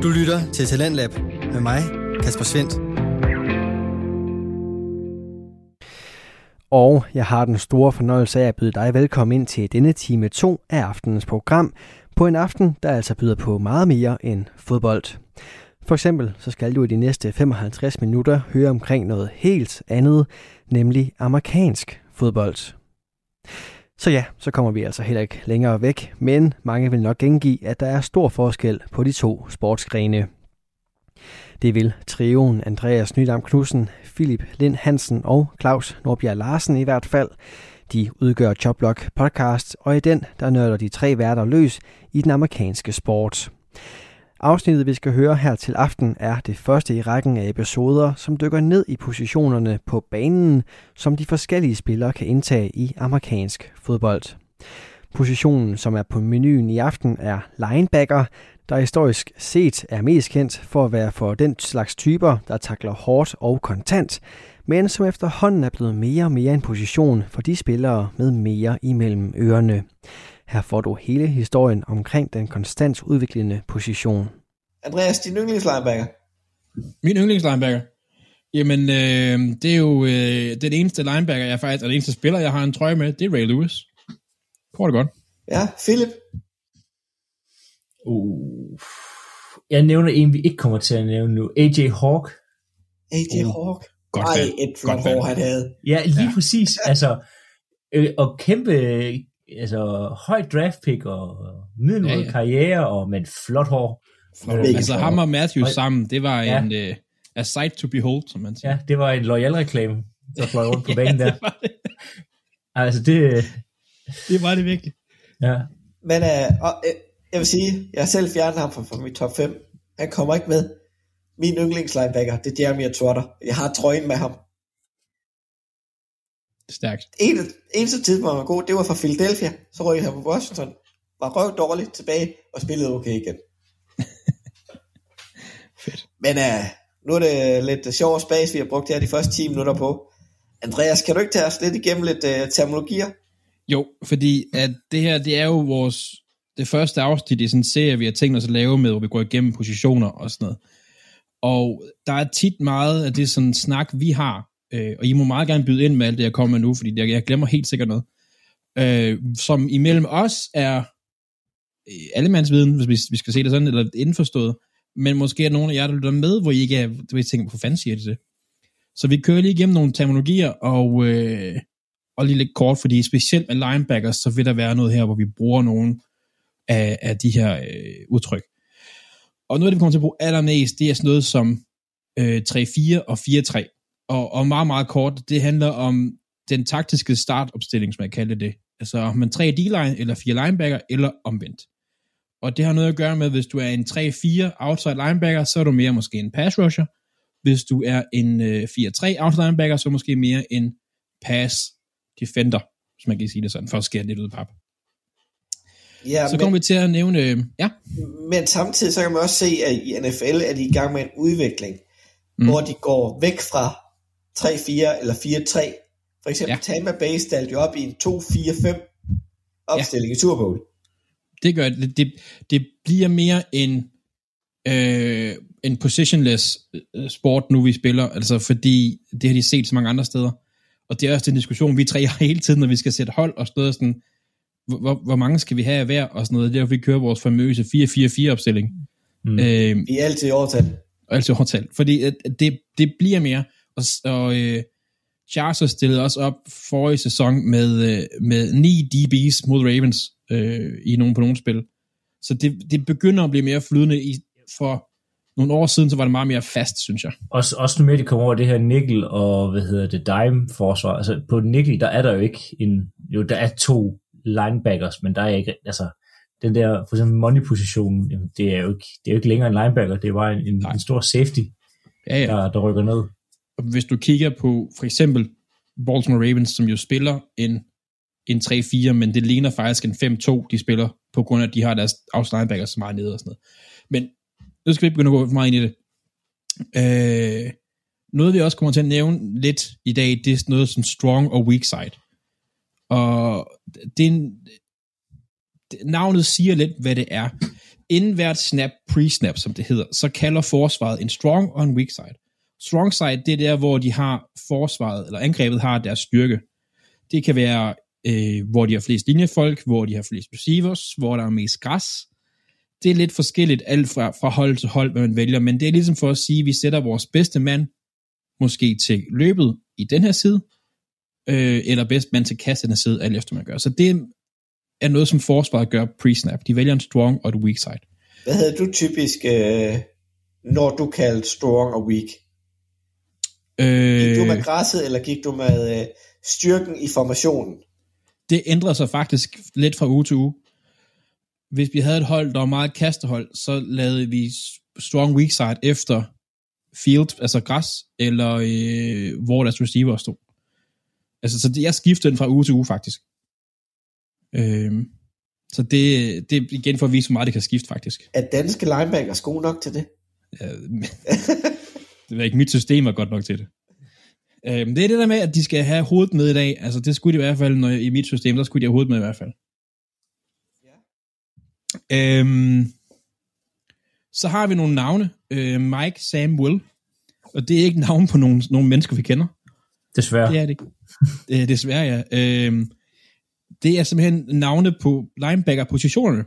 Du lytter til Talentlab med mig, Kasper Svendt. Og jeg har den store fornøjelse af at byde dig velkommen ind til denne time 2 af aftenens program. På en aften, der altså byder på meget mere end fodbold. For eksempel så skal du i de næste 55 minutter høre omkring noget helt andet, nemlig amerikansk fodbold. Så ja, så kommer vi altså heller ikke længere væk, men mange vil nok gengive, at der er stor forskel på de to sportsgrene. Det vil trioen Andreas Nydam Knudsen, Philip Lind Hansen og Claus Nordbjerg Larsen i hvert fald. De udgør Chopblock podcast, og i den der nørder de tre værter løs i den amerikanske sport. Afsnittet, vi skal høre her til aften, er det første i rækken af episoder, som dykker ned i positionerne på banen, som de forskellige spillere kan indtage i amerikansk fodbold. Positionen, som er på menuen i aften, er linebacker, der historisk set er mest kendt for at være for den slags typer, der takler hårdt og kontant, men som efterhånden er blevet mere og mere en position for de spillere med mere imellem ørerne. Her får du hele historien omkring den konstant udviklende position. Andreas, din yndlingslinebacker? Min yndlingslinebacker? Jamen, det er jo den eneste linebacker, jeg faktisk, og den eneste spiller, jeg har en trøje med, det er Ray Lewis. Går det godt? Ja, Philip? Jeg nævner en, vi ikke kommer til at nævne nu. AJ Hawk. AJ Hawk? Godt Ej, valg. et flot hår, han havde. Ja, lige præcis. Altså, og kæmpe, høj draft pick og middelmådig karriere, og med et flot hår. Altså ham og Matthews sammen, det var en a sight to behold, som man siger. Ja, det var en L'Oreal-reklame, der fløj rundt på banen der. Det var det. Altså, det var det virkelig. Ja. Men jeg vil sige, jeg har selv fjernet ham fra mit top 5. Han kommer ikke med. Min yndlingslinebacker, det er Jeremy Trotter. Jeg har trøjen med ham. Stærkt. Eneste tid, hvor han var god, det var fra Philadelphia. Så røg han på Washington. Var røv dårligt tilbage og spillede okay igen. Fedt. Men nu er det lidt sjov spas, vi har brugt her de første 10 minutter på. Andreas, kan du ikke tage os lidt igennem lidt terminologier? Jo, fordi at det her, det er jo det første afsnit i sådan en serie, vi har tænkt os at lave med, hvor vi går igennem positioner og sådan noget. Og der er tit meget af det sådan snak, vi har, og I må meget gerne byde ind med alt det, jeg kommer med nu, fordi jeg glemmer helt sikkert noget, som imellem os er allemandsviden, hvis vi skal se det sådan, eller indforstået, men måske er nogle af jer, der lytter med, hvor I ikke er, hvor I tænker, hvor fanden siger det? Så vi kører lige igennem nogle terminologier, og lige lidt kort, fordi specielt med linebackers, så vil der være noget her, hvor vi bruger nogle af de her udtryk. Og noget af det, vi kommer til at bruge allermest, det er sådan noget som 3-4 og 4-3. Og meget, meget kort, det handler om den taktiske startopstilling, som jeg kalder det. Altså om man 3 D-line, eller 4 linebacker, eller omvendt. Og det har noget at gøre med, hvis du er en 3-4 outside linebacker, så er du mere måske en pass rusher. Hvis du er en 4-3 outside linebacker, så er du måske mere en pass defender, hvis man kan sige det sådan, for at skære lidt ud af pap. Ja, så kommer vi til at nævne, Men samtidig så kan man også se, at i NFL er de i gang med en udvikling, hvor de går væk fra 3-4 eller 4-3. For eksempel Tampa Bay stillede jo op i en 2-4-5 opstilling i Super Bowl. Det gør det bliver mere en positionless sport nu vi spiller, altså fordi det har de set så mange andre steder. Og det er også en diskussion, vi tre har hele tiden, når vi skal sætte hold og sådan noget, sådan, hvor mange skal vi have af hver, og sådan noget. Derfor vi kører vores famøse 4-4-4 opstilling. Vi er altid i overtal. Altid i overtal. Fordi det bliver mere, og Chargers stillede også op forrige sæson med 9 DB's mod Ravens på nogle spil. Så det begynder at blive mere flydende for nogle år siden, så var det meget mere fast, synes jeg. Også nu med, det kommer over det her nickel og, dime forsvar. Altså på nickel, der er der jo ikke der er 2 linebackers, men der er ikke, altså den der, for eksempel money-positionen, det er jo ikke længere en linebacker, det er bare en stor safety, der rykker ned. Og hvis du kigger på, for eksempel, Baltimore Ravens, som jo spiller en 3-4, men det ligner faktisk en 5-2, de spiller, på grund af, at de har deres outside linebackers så meget nede og sådan noget. Men nu skal vi begynde at gå for meget ind i det. Noget vi også kommer til at nævne lidt i dag, det er noget som strong og weak side. Og navnet siger lidt, hvad det er. inden hvert snap, pre-snap, som det hedder, så kalder forsvaret en strong og en weak side. Strong side, det er der, hvor de har forsvaret, eller angrebet har deres styrke. Det kan være, hvor de har flest linjefolk, hvor de har flest receivers, hvor der er mest græs. Det er lidt forskelligt, alt fra hold til hold, hvad man vælger, men det er ligesom for at sige, at vi sætter vores bedste mand, måske til løbet i den her side, eller bedste mand til kast i den her side, alt efter man gør. Så det er noget, som forsvaret gør pre-snap. De vælger en strong og et weak side. Hvad havde du typisk, når du kaldte strong og weak? Gik du med græsset, eller gik du med styrken i formationen? Det ændrer sig faktisk lidt fra uge til uge. Hvis vi havde et hold, der var meget kastehold, så lavede vi strong weak side efter field, altså græs, eller hvor deres receiver stod. Altså, så jeg skiftede den fra uge til uge, faktisk. Så det er igen for at vise, hvor meget det kan skifte, faktisk. Er danske linebackers gode nok til det? Ja, det var ikke, mit system var godt nok til det. Det er det der med, at de skal have hovedet med i dag. Altså, det skulle de i hvert fald, når i mit system, der skulle de have hovedet med i hvert fald. Ja. Så har vi nogle navne. Mike, Sam, Will. Og det er ikke navn på nogle mennesker, vi kender. Desværre. Det er det ikke. Desværre, ja. Det er simpelthen navne på linebacker-positionerne.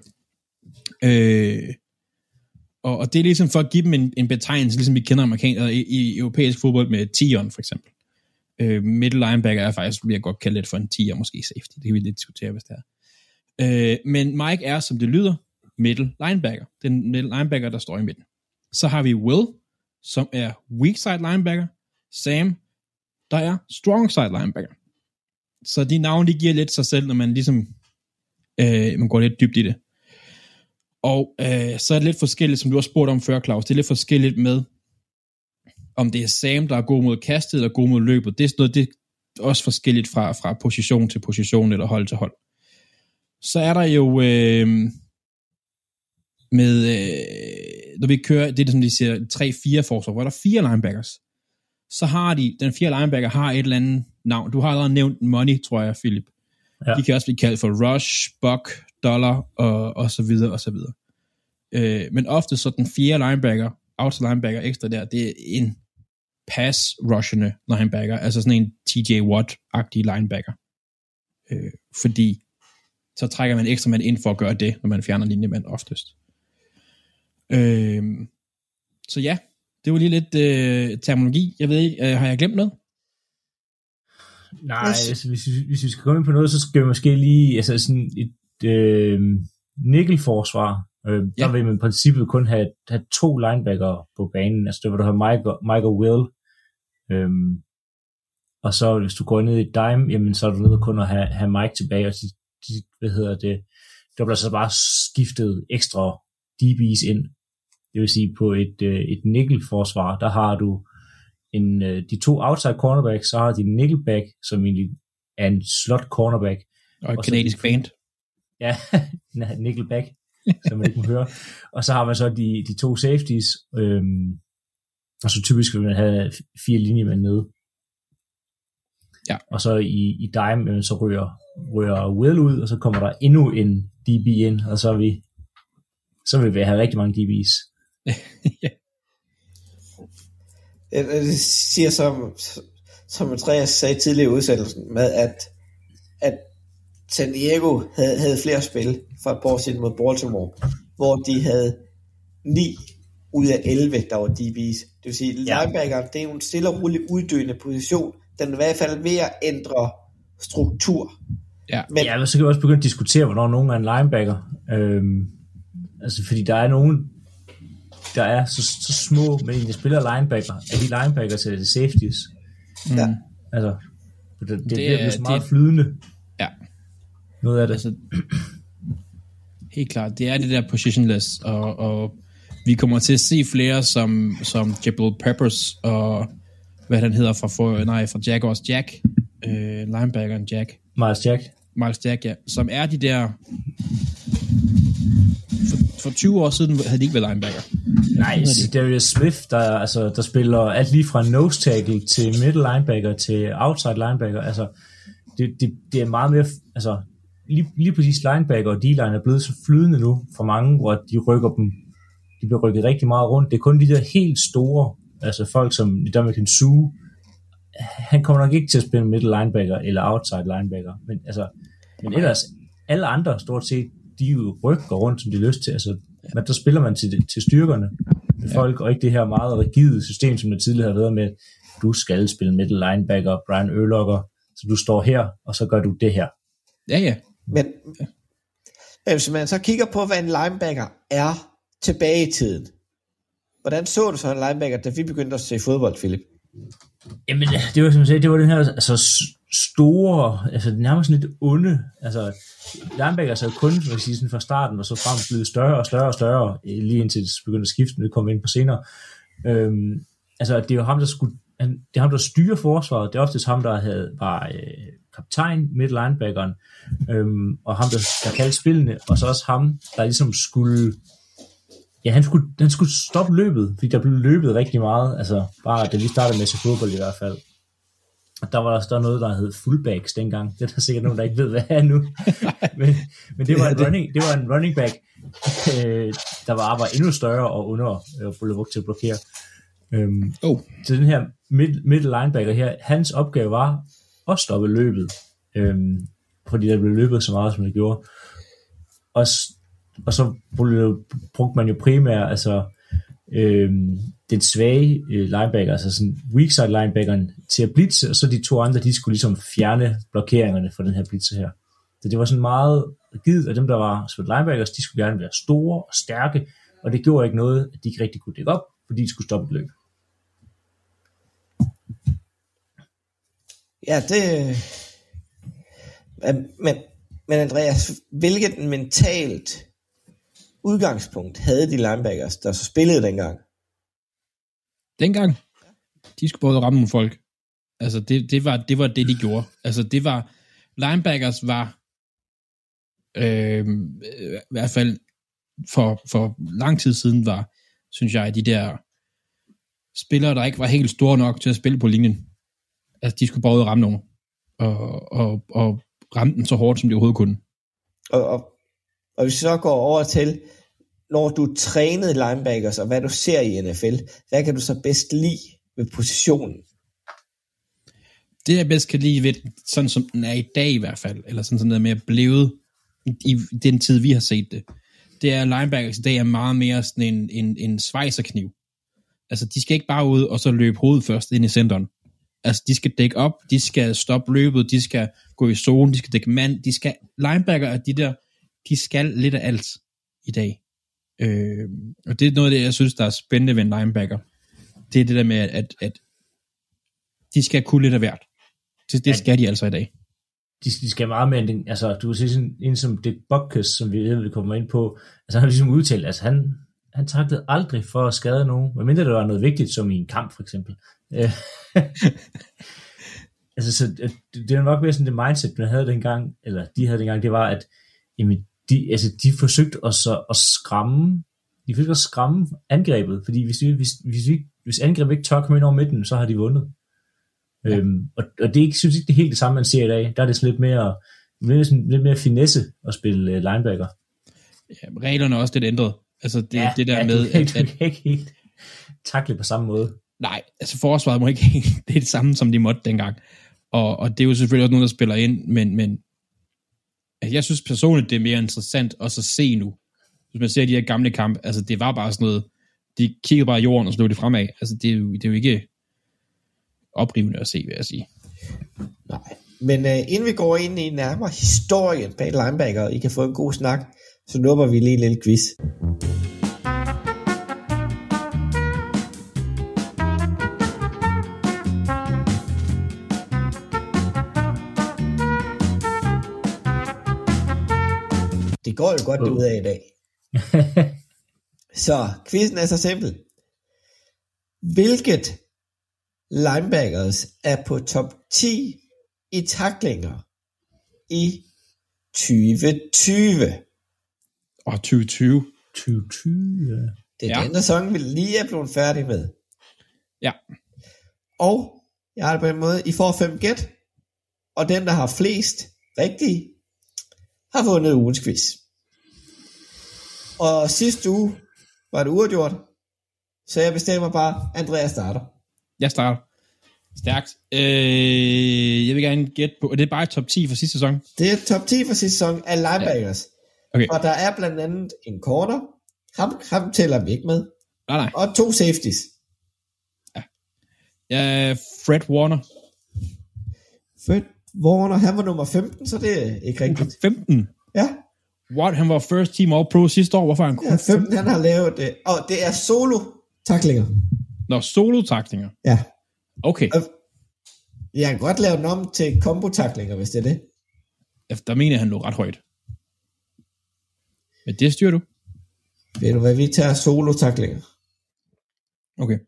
Og det er ligesom for at give dem en betegnelse, ligesom vi kender i europæisk fodbold med 10'eren for eksempel. Middle linebacker er faktisk, vil jeg godt kalde det for en 10'er, måske safety. Det kan vi lidt diskutere, hvis det er. Men Mike er, som det lyder, middle linebacker. Den middle linebacker, der står i midten. Så har vi Will, som er weak side linebacker. Sam, der er strong side linebacker. Så de navne, de giver lidt sig selv, når man ligesom man går lidt dybt i det. Og så er det lidt forskelligt, som du har spurgt om før, Claus. Det er lidt forskelligt med, om det er Sam, der er god mod kastet, eller god mod løbet. Det er sådan noget, det er også forskelligt fra position til position, eller hold til hold. Så er der jo når vi kører, det er det, som de siger, 3-4 forsvar, hvor der er 4 linebackers. Så har den 4 linebacker har et eller andet navn. Du har allerede nævnt Money, tror jeg, Philip. Ja. De kan også blive kaldt for Rush, Buck, Dollar, og så videre, og så videre. Men ofte så den 4 linebacker, outside linebacker ekstra der, det er en pass-rushende linebacker, altså sådan en TJ Watt-agtig linebacker. Fordi så trækker man ekstra mand ind for at gøre det, når man fjerner linjemand oftest. Så ja, det var lige lidt terminologi. Jeg ved ikke, har jeg glemt noget? Nej, altså, hvis vi skal komme ind på noget, så skal vi måske lige, altså sådan et nickel-forsvar, der vil man i princippet kun have 2 linebacker på banen, altså der vil du have Mike og Will, og så hvis du går ned i dime, jamen så er du nødt kun at have Mike tilbage, og der bliver så bare skiftet ekstra DB's ind, det vil sige på et nickel-forsvar, der har du de 2 outside cornerbacks, så har de en nickelback, som egentlig er en slot cornerback. Og et kanadisk band. Ja, nickelback, som man ikke må høre. Og så har man så de 2 safeties, og så typisk vil man have 4 linjemænd nede. Ja. Og så i dime, så rører Will ud, og så kommer der endnu en DB ind, og så vil vi have rigtig mange DB's. Ja. Det siger som Andreas sagde tidligere i udsendelsen, med at San Diego havde flere spil for et par år siden mod Baltimore, hvor de havde 9 ud af 11, der var DB's. Det vil sige, linebackeren, det er jo en stille og rolig uddøende position. Den er i hvert fald ved at ændre struktur. Ja, men så kan vi også begynde at diskutere, hvornår nogen er en linebacker. Altså, fordi der er nogen, der er så små, men de spiller linebacker. Er de linebackers eller de safeties? Ja. Altså, det bliver så meget flydende. Ja. Noget af det. Altså, helt klart, det er det der positionless, og vi kommer til at se flere som Jabril Peppers, og hvad han hedder fra Jaguars, Jack, linebackeren Jack. Miles Jack, ja, som er de der. For 20 år siden havde de ikke været linebacker. Nej, Darius Smith, der spiller alt lige fra nose tackle til middle linebacker til outside linebacker. Altså, det er meget mere, altså, lige præcis linebacker og D-line er blevet så flydende nu for mange, hvor de bliver rykket rigtig meget rundt. Det er kun de der helt store, altså folk som Dominican Sue, han kommer nok ikke til at spille middle linebacker eller outside linebacker, men ellers alle andre stort set, de jo rykker rundt, som de har lyst til. Altså, men der spiller man til styrkerne med folk, og ikke det her meget rigide system, som der tidligere har været med, du skal spille middle linebacker, Brian Urlacher, så du står her, og så gør du det her. Ja. Men hvis man så kigger på, hvad en linebacker er tilbage i tiden, hvordan så du så en linebacker, da vi begyndte at se fodbold, Philip? Jamen, det var som jeg sagde, det var den her store, nærmest lidt onde, linebackers er jo kun, sådan fra starten, og så frem blevet større og større og større, lige indtil det begyndte at skifte, når det kom ind på senere. Det er jo ham, det er ham, der styrer forsvaret, det er oftest ham, der var kaptajn, midt linebackeren, og ham, der kaldte spillene, og så også ham, der ligesom skulle, han skulle stoppe løbet, fordi der blev løbet rigtig meget, bare da vi startede med at se fodbold i hvert fald. Der var der noget, der hed fullbacks dengang. Det er der sikkert nogen, der ikke ved, hvad er nu. men det var en running back, der var endnu større og under blev brugt til at blokere. Så den her middle linebacker her, hans opgave var at stoppe løbet, fordi der blev løbet så meget, som det gjorde. Og så brugte man jo primært den svage linebacker, sådan weak side linebackeren til at blitze, og så de to andre, de skulle ligesom fjerne blokeringerne for den her blitze her. Så det var sådan meget rigidt, og dem der var linebackers, de skulle gerne være store og stærke, og det gjorde ikke noget, at de ikke rigtig kunne dække op, fordi de skulle stoppe et løb. Ja, men Andreas, hvilket mentalt udgangspunkt havde de linebackers, der så spillede dengang? Dengang? De skulle både ramme nogle folk. Det var det, de gjorde. Det var, linebackers var i hvert fald for lang tid siden var, synes jeg, de der spillere, der ikke var helt store nok til at spille på linjen. De skulle bare ud og ramme nogen. Og ramme den så hårdt, som de overhovedet kunne. Og hvis vi så går over til, når du trænede linebackers, og hvad du ser i NFL, hvad kan du så bedst lide ved positionen? Det jeg bedst kan lide ved, sådan som den er i dag i hvert fald, eller sådan noget mere blevet i den tid, vi har set det, det er, at linebackers i dag er meget mere sådan en svejserkniv. De skal ikke bare ud og så løbe hovedet først ind i centeren. De skal dække op, de skal stoppe løbet, de skal gå i zone, de skal dække mand, linebacker er de der, de skal lidt af alt i dag. Og det er noget af det, jeg synes, der er spændende ved en linebacker. Det er det der med, at de skal kunne lidt af hvert. Det skal de altså i dag. De skal meget mere end du kan se sådan en som Dick Butkus, som vi kommer ind på, han har ligesom udtalt, han taklede aldrig for at skade nogen, medmindre det var noget vigtigt, som i en kamp for eksempel. Så det er nok mere sådan det mindset, man havde dengang, eller de havde dengang, det var, at jamen, de forsøgte at skræmme, angrebet, fordi hvis angrebet ikke tør komme ind over midten, så har de vundet. Ja. Og det er ikke, synes ikke, det er helt det samme, man ser i dag. Der er det sådan lidt mere finesse at spille linebacker. Ja, reglerne er også lidt ændret. Det der med at ikke helt takle på samme måde. Nej, forsvaret må ikke det er det samme, som de måtte dengang. Og det er jo selvfølgelig også nogen, der spiller ind, men jeg synes personligt, det er mere interessant at så se nu. Hvis man ser de her gamle kampe, det var bare sådan noget, de kiggede bare i jorden, og så løb det fremad. Det er jo ikke oprivende at se, vil jeg sige. Nej, men inden vi går ind i nærmere historien bag linebacker, og I kan få en god snak, så nupper vi lige en lille quiz. Det går jo godt ud af i dag. Så quizzen er så simpel. Hvilket linebackers er på top 10 i tacklinger i 2020? 2020. 2020. Det er den sæson, vi lige er blevet færdig med. Ja. Og jeg har det på en måde, I får 5 gæt, og den, der har flest rigtige, har vundet ugens quiz. Og sidste uge var det uafgjort, så jeg bestemmer bare, Andreas starter. Jeg starter. Stærkt. Jeg vil gerne gætte på, og det er bare top 10 for sidste sæson. Det er top 10 for sidste sæson af linebackers. Ja. Okay. Og der er blandt andet en corner. Ham tæller vi ikke med. Nej. Og 2 safeties. Ja, Fred Warner. Fred Warner, han var nummer 15, så det er ikke rigtigt. 15? Ja. What? Han var first team All-Pro sidste år. Hvorfor er han kun 15? Han har lavet det. Og det er solo-taklinger. Nå, solo-taklinger? Ja. Okay. Jeg kan godt lave den om til combo-taklinger, hvis det er det. Der mener jeg, han lå ret højt. Men det styrer du? Ved du hvad, vi tager solo-taklinger. Okay.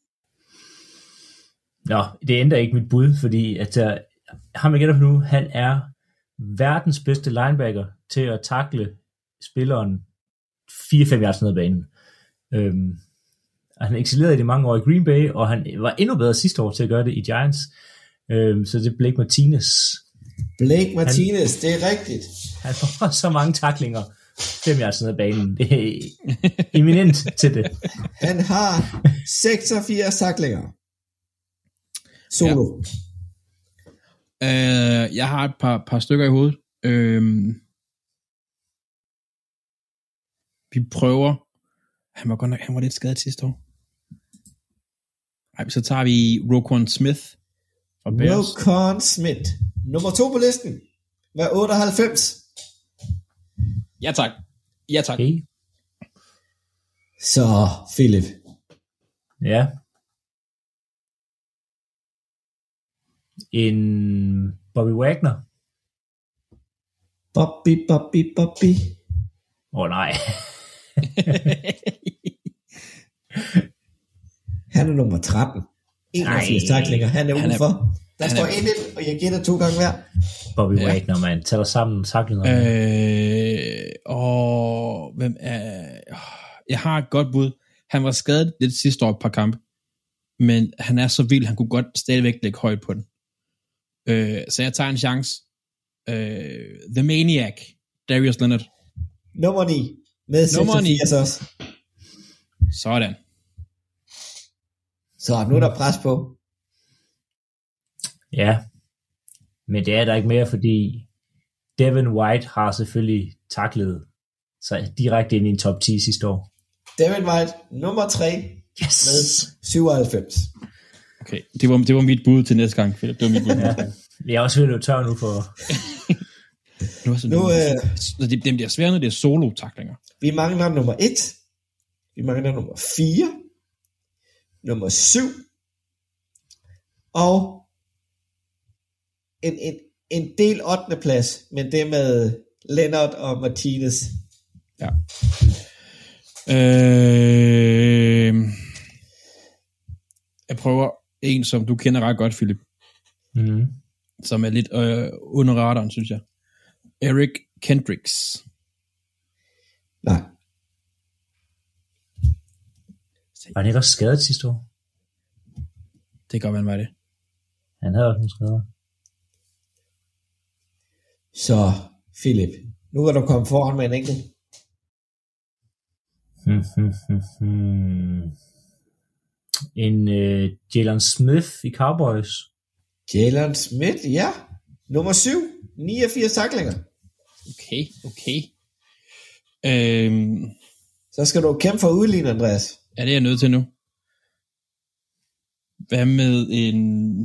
Nå, det ændrer ikke mit bud, fordi at ham jeg gætter på nu, han er verdens bedste linebacker til at takle spilleren 4-5 yards ned ad banen. Han excellerede i det mange år i Green Bay, og han var endnu bedre sidste år til at gøre det i Giants. Så det er Blake Martinez. Blake Martinez, det er rigtigt. Han får så mange taklinger 5 yards ned ad banen. Det er eminent til det. Han har 86 taklinger. Solo. Ja. Jeg har et par stykker i hovedet. Vi prøver. Han var lidt skadet sidste år. Ej, så tager vi Roquan Smith fra Bears. Roquan Smith. Nummer 2 på listen. Med 98. Ja tak. Okay. Så, Philip. Ja. En Bobby Wagner. Bobby. Nej. Han er nummer 13. 81 taklinger. Han er udenfor. Der står 1-1, og jeg gætter 2 gange hver. Bobby Wagner, man. Tæller sammen taklinger. Hvem er... Jeg har et godt bud. Han var skadet lidt sidste år et par kampe. Men han er så vild, han kunne godt stadigvæk lægge højt på den. Så jeg tager en chance. The Maniac, Darius Leonard. Nummer 9. Med 86 også. Sådan. Så nu er der pres på. Ja. Men det er der ikke mere, fordi Devin White har selvfølgelig taklet sig direkte ind i en top 10 sidste år. Devin White, nummer 3. Yes. Med 97. Okay, det var mit bud til næste gang, Philip. Det var mit bud. Ja. Jeg er også ved at tør nu for... Dem der svære, når det er solo-taklinger. Vi mangler nummer 1. Vi mangler nummer 4. Nummer 7. Og en del 8. plads, men det med Leonard og Martinez. Ja. Jeg prøver en, som du kender ret godt, Philip. Mm. Som er lidt under radaren, synes jeg. Eric Kendricks. Nej. Var han ikke også skadet sidste år? Det kan godt være, han var det. Han havde også nogle skader. Så, Philip, nu kan du komme foran med en enkelt. En Jalen Smith i Cowboys. Jalen Smith, ja. Nummer 7. 89 taklinger. Okay. Så skal du kæmpe for udlignet, Andreas. Ja, det er jeg nødt til nu. Hvad med en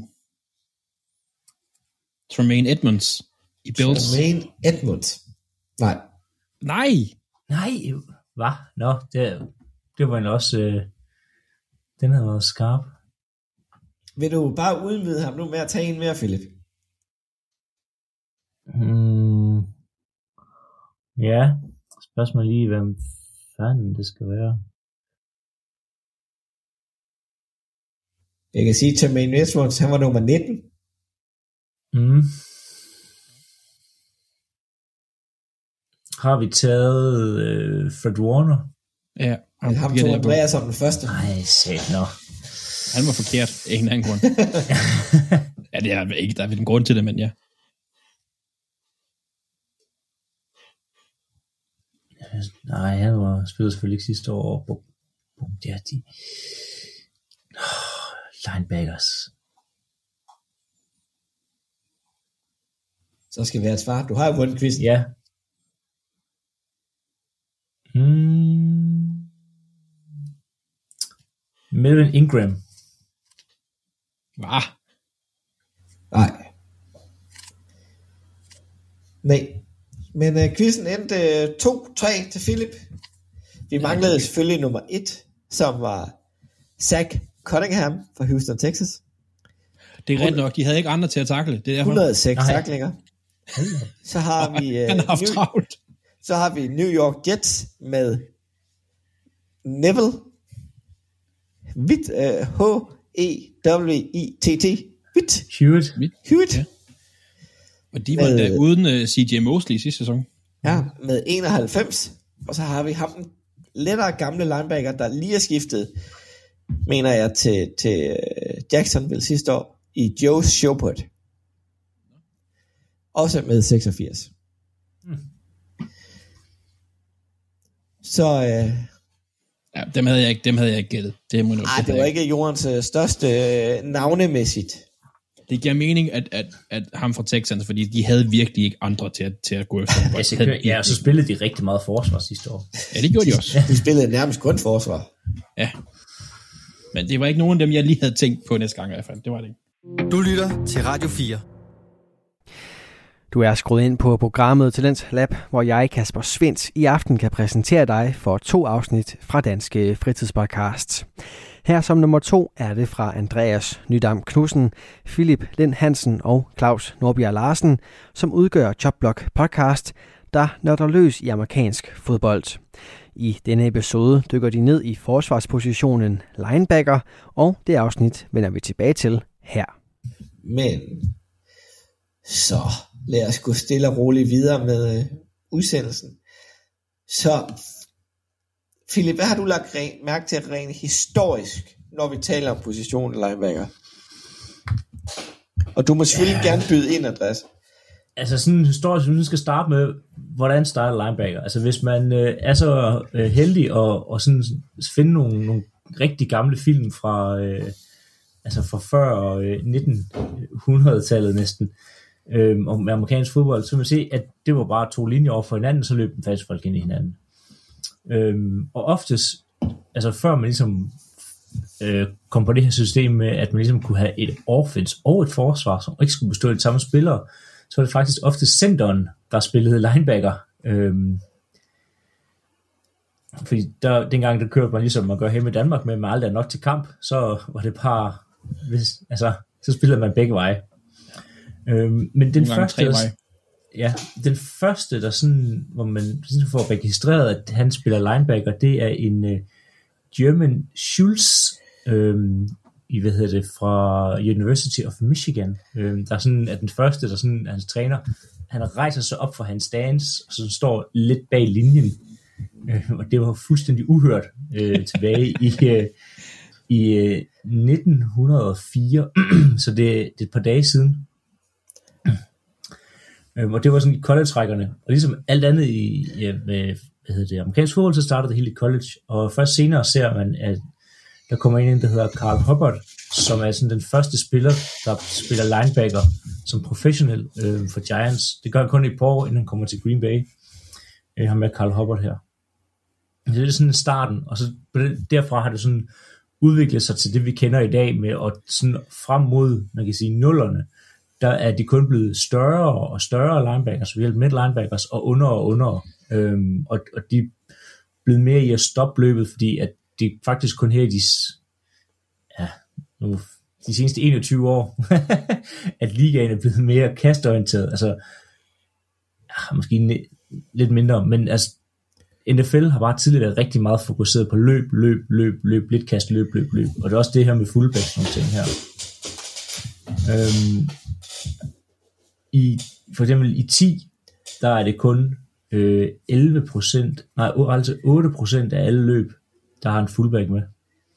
Tremaine Edmonds i Bills? Tremaine Edmonds. Nej. Nej, hvad? Nå, det var en også... den havde været skarp. Vil du bare udvide ham nu med at tage en mere, Philip? Ja, spørgsmål lige, hvem fanden det skal være. Jeg kan sige, at Tremaine Edmonds, han var nummer 19. Har vi taget Fred Warner? Ja. Han ham tog Andreas som den første. Nej, sæt nå. Han var forkert af en anden grund. Ja, det er ikke, der er vel en grund til det, men ja. Nej, han var spillet selvfølgelig ikke sidste år. Det er de linebackers. Så skal vi have et svar. Du har jo vundet quizzen. Ja. Melvin Ingram. Hvad? Nej. Men quizzen endte 2-3 til Philip. Vi manglede selvfølgelig nummer 1, som var Zach Cunningham fra Houston, Texas. Det er rent nok, de havde ikke andre til at takle. Det er derfor. 106 tacklinger. Så har vi han har haft travlt. Så har vi New York Jets med Neville Witt, H-E-W-I-T-T Hewitt. Ja. Og de var da uden CJ Mosley i sidste sæson. Ja, med 91. Og så har vi ham den lettere gamle linebacker, der lige er skiftet, mener jeg, til Jacksonville sidste år, i Joe Shepard. Også med 86. Så ja, dem havde jeg ikke gættet. Det var ikke jordens største navnemæssigt. Det giver mening, at ham fra Texans, fordi de havde virkelig ikke andre til at gå efter. Ja, og så spillede de rigtig meget forsvar sidste år. Ja, det gjorde de også. De spillede nærmest kun forsvar. Ja. Men det var ikke nogen af dem, jeg lige havde tænkt på næste gang i hvert fald. Det var det ikke. Du lytter til Radio 4. Du er skruet ind på programmet Talent Lab, hvor jeg, Kasper Svendt, i aften kan præsentere dig for 2 afsnit fra Danske Fritidspodcast. Her som nummer 2 er det fra Andreas Nydam Knudsen, Philip Lind Hansen og Claus Nordbjerg Larsen, som udgør Chopblock Podcast, der nørder løs i amerikansk fodbold. I denne episode dykker de ned i forsvarspositionen linebacker, og det afsnit vender vi tilbage til her. Men så lad os gå stille og roligt videre med udsendelsen. Så Philip, hvad har du lagt mærke til rent historisk, når vi taler om positionen linebacker? Og du må selvfølgelig gerne byde ind, Andreas. Altså sådan historisk, hvis vi skal starte med, hvordan starter linebacker? Altså hvis man er så heldig og sådan finde nogle rigtig gamle film fra før 1900-tallet næsten, om amerikansk fodbold, så vil man se, at det var bare 2 linjer over for hinanden, så løb den faktisk folk ind i hinanden. Og oftest, altså før man ligesom kom på det her system med, at man ligesom kunne have et offense og et forsvar, som ikke skulle bestå af de samme spillere, så var det faktisk ofte centeren, der spillede linebacker. Fordi dengang der kørte man ligesom man gør hjemme i Danmark med, at man aldrig er nok til kamp, så var det bare, så spillede man begge veje. Men den første, der sådan, hvor man får registreret, at han spiller linebacker, det er en German Schulz fra University of Michigan. Der er sådan, at den første, der sådan, hans træner, han rejser sig op for hans stance, og så står lidt bag linjen. Og det var fuldstændig uhørt tilbage i 1904, så det er et par dage siden. Og det var sådan i college-rækkerne, og ligesom alt andet i amerikansk fodbold, så startede det hele i college, og først senere ser man, at der kommer en, der hedder Carl Hubbard, som er sådan den første spiller, der spiller linebacker som professionel for Giants. Det gør han kun et par år, inden han kommer til Green Bay. Ham med Carl Hubbard her. Det er sådan starten, og så derfra har det sådan udviklet sig til det, vi kender i dag med, og sådan frem mod, man kan sige, nullerne, der er de kun blevet større og større linebackers, vi har midt linebackers, og under, og de er blevet mere i at stoppe løbet, fordi at det faktisk kun her i de seneste 21 år, at ligaen er blevet mere kastorienteret, altså måske lidt mindre, men altså NFL har bare tidligere været rigtig meget fokuseret på løb, lidt kast, løb, og det er også det her med fullbacks nogle ting her. For eksempel i 10, der er det kun 8% af alle løb, der har en fullback med.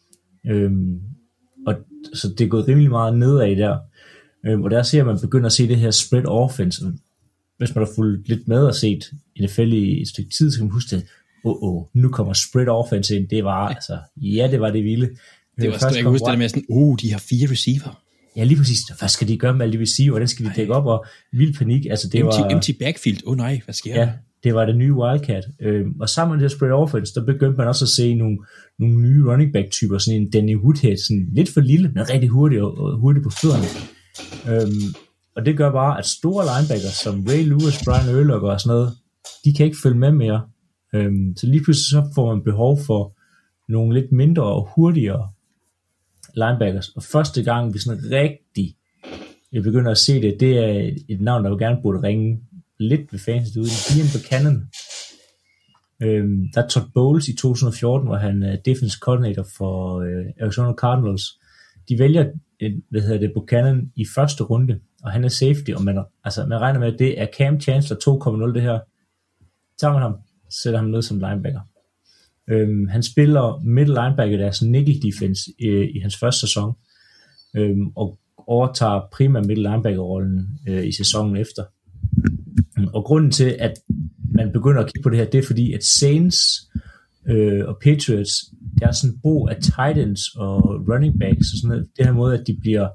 Og så det er gået rimelig meget nedad der. Og der ser man begynder at se det her spread offense. Hvis man har fulgt lidt med og set NFL i et stykke tid, så kan man huske, at nu kommer spread offense ind. Det var, altså, det var det vilde. Det var jeg husker det med sådan, de har 4 receiver. Ja, lige præcis. Hvad skal de gøre med alle de receiver? Hvordan skal de dække op? Og vild panik. Altså, det var empty backfield. Nej, hvad sker der? Ja, det var det nye Wildcat. Og sammen med det her spread offense, der begyndte man også at se nogle nye running back typer, sådan en Danny Woodhead, sådan lidt for lille, men rigtig hurtig og hurtig på fødderne. Og det gør bare, at store linebackers som Ray Lewis, Brian Urlacher og sådan noget, de kan ikke følge med mere. Så lige pludselig så får man behov for nogle lidt mindre og hurtigere linebackers. Og første gang vi sådan rigtig begynder at se det, det er et navn, der gerne burde ringe lidt ved fansen ude. Ian Buchanan. Der er Todd Bowles i 2014, hvor han er defensive coordinator for Arizona Cardinals. De vælger Buchanan i første runde, og han er safety, og man regner med, at det er Cam Chancellor 2.0 det her. Tager man ham, sætter ham ned som linebacker. Han spiller middle linebacker, deres nickel defense i hans første sæson, og overtager primært middle linebacker-rollen i sæsonen efter. Og grunden til, at man begynder at kigge på det her, det er fordi, at Saints og Patriots, der er sådan brug af tight ends og running backs, og sådan noget, det her måde, at de bliver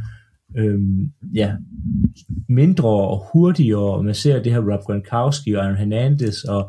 mindre og hurtigere, og man ser det her Rob Gronkowski og Aaron Hernandez, og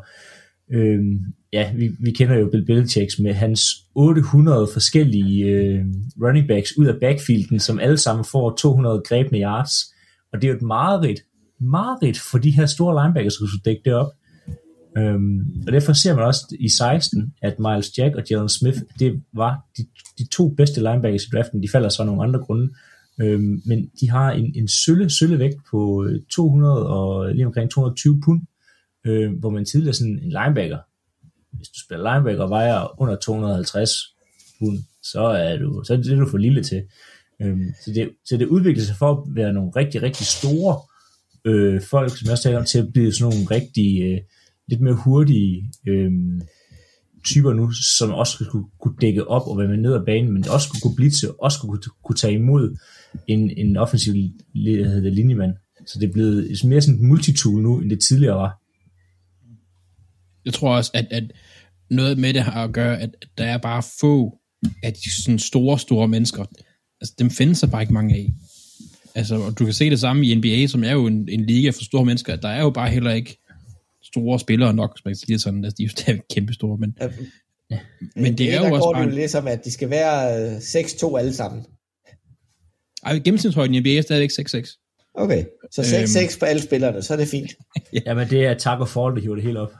vi kender jo Bill Belichick med hans 800 forskellige running backs ud af backfielden, som alle sammen får 200 grebne yards, og det er jo et mareridt for de her store linebackers, som skulle dække det op. Og derfor ser man også i 16, at Miles Jack og Jalen Smith, det var de 2 bedste linebackers i draften. De falder så nogle andre grunde, men de har en sølle vægt på 200 og lige omkring 220 pund, hvor man tidligere sådan en linebacker, hvis du spiller linebacker og vejer under 250 pund, så er det du for lille til. Så det udvikler sig for at være nogle rigtig, rigtig store folk, som jeg også taler om, til at blive sådan nogle rigtig lidt mere hurtige typer nu, som også skulle kunne dække op og være med ned ad banen, men også skulle kunne blitse, også skulle kunne tage imod en offensiv linjemand. Så det er blevet mere sådan et multitool nu, end det tidligere var. Jeg tror også, at noget med det har at gøre, at der er bare få af de sådan store mennesker. Altså, dem findes der bare ikke mange af. Altså, og du kan se det samme i NBA, som er jo en liga for store mennesker. Der er jo bare heller ikke store spillere nok, som jeg siger sådan, altså, de er jo stadig kæmpe store, men det er jo også bare... Det er ligesom, at de skal være 6-2 alle sammen. Ej, gennemsnitshøjden i NBA er stadigvæk 6-6. Okay, så 6-6 på alle spillerne, så er det fint. Ja, men det er tak og forhold, der hiver det helt op.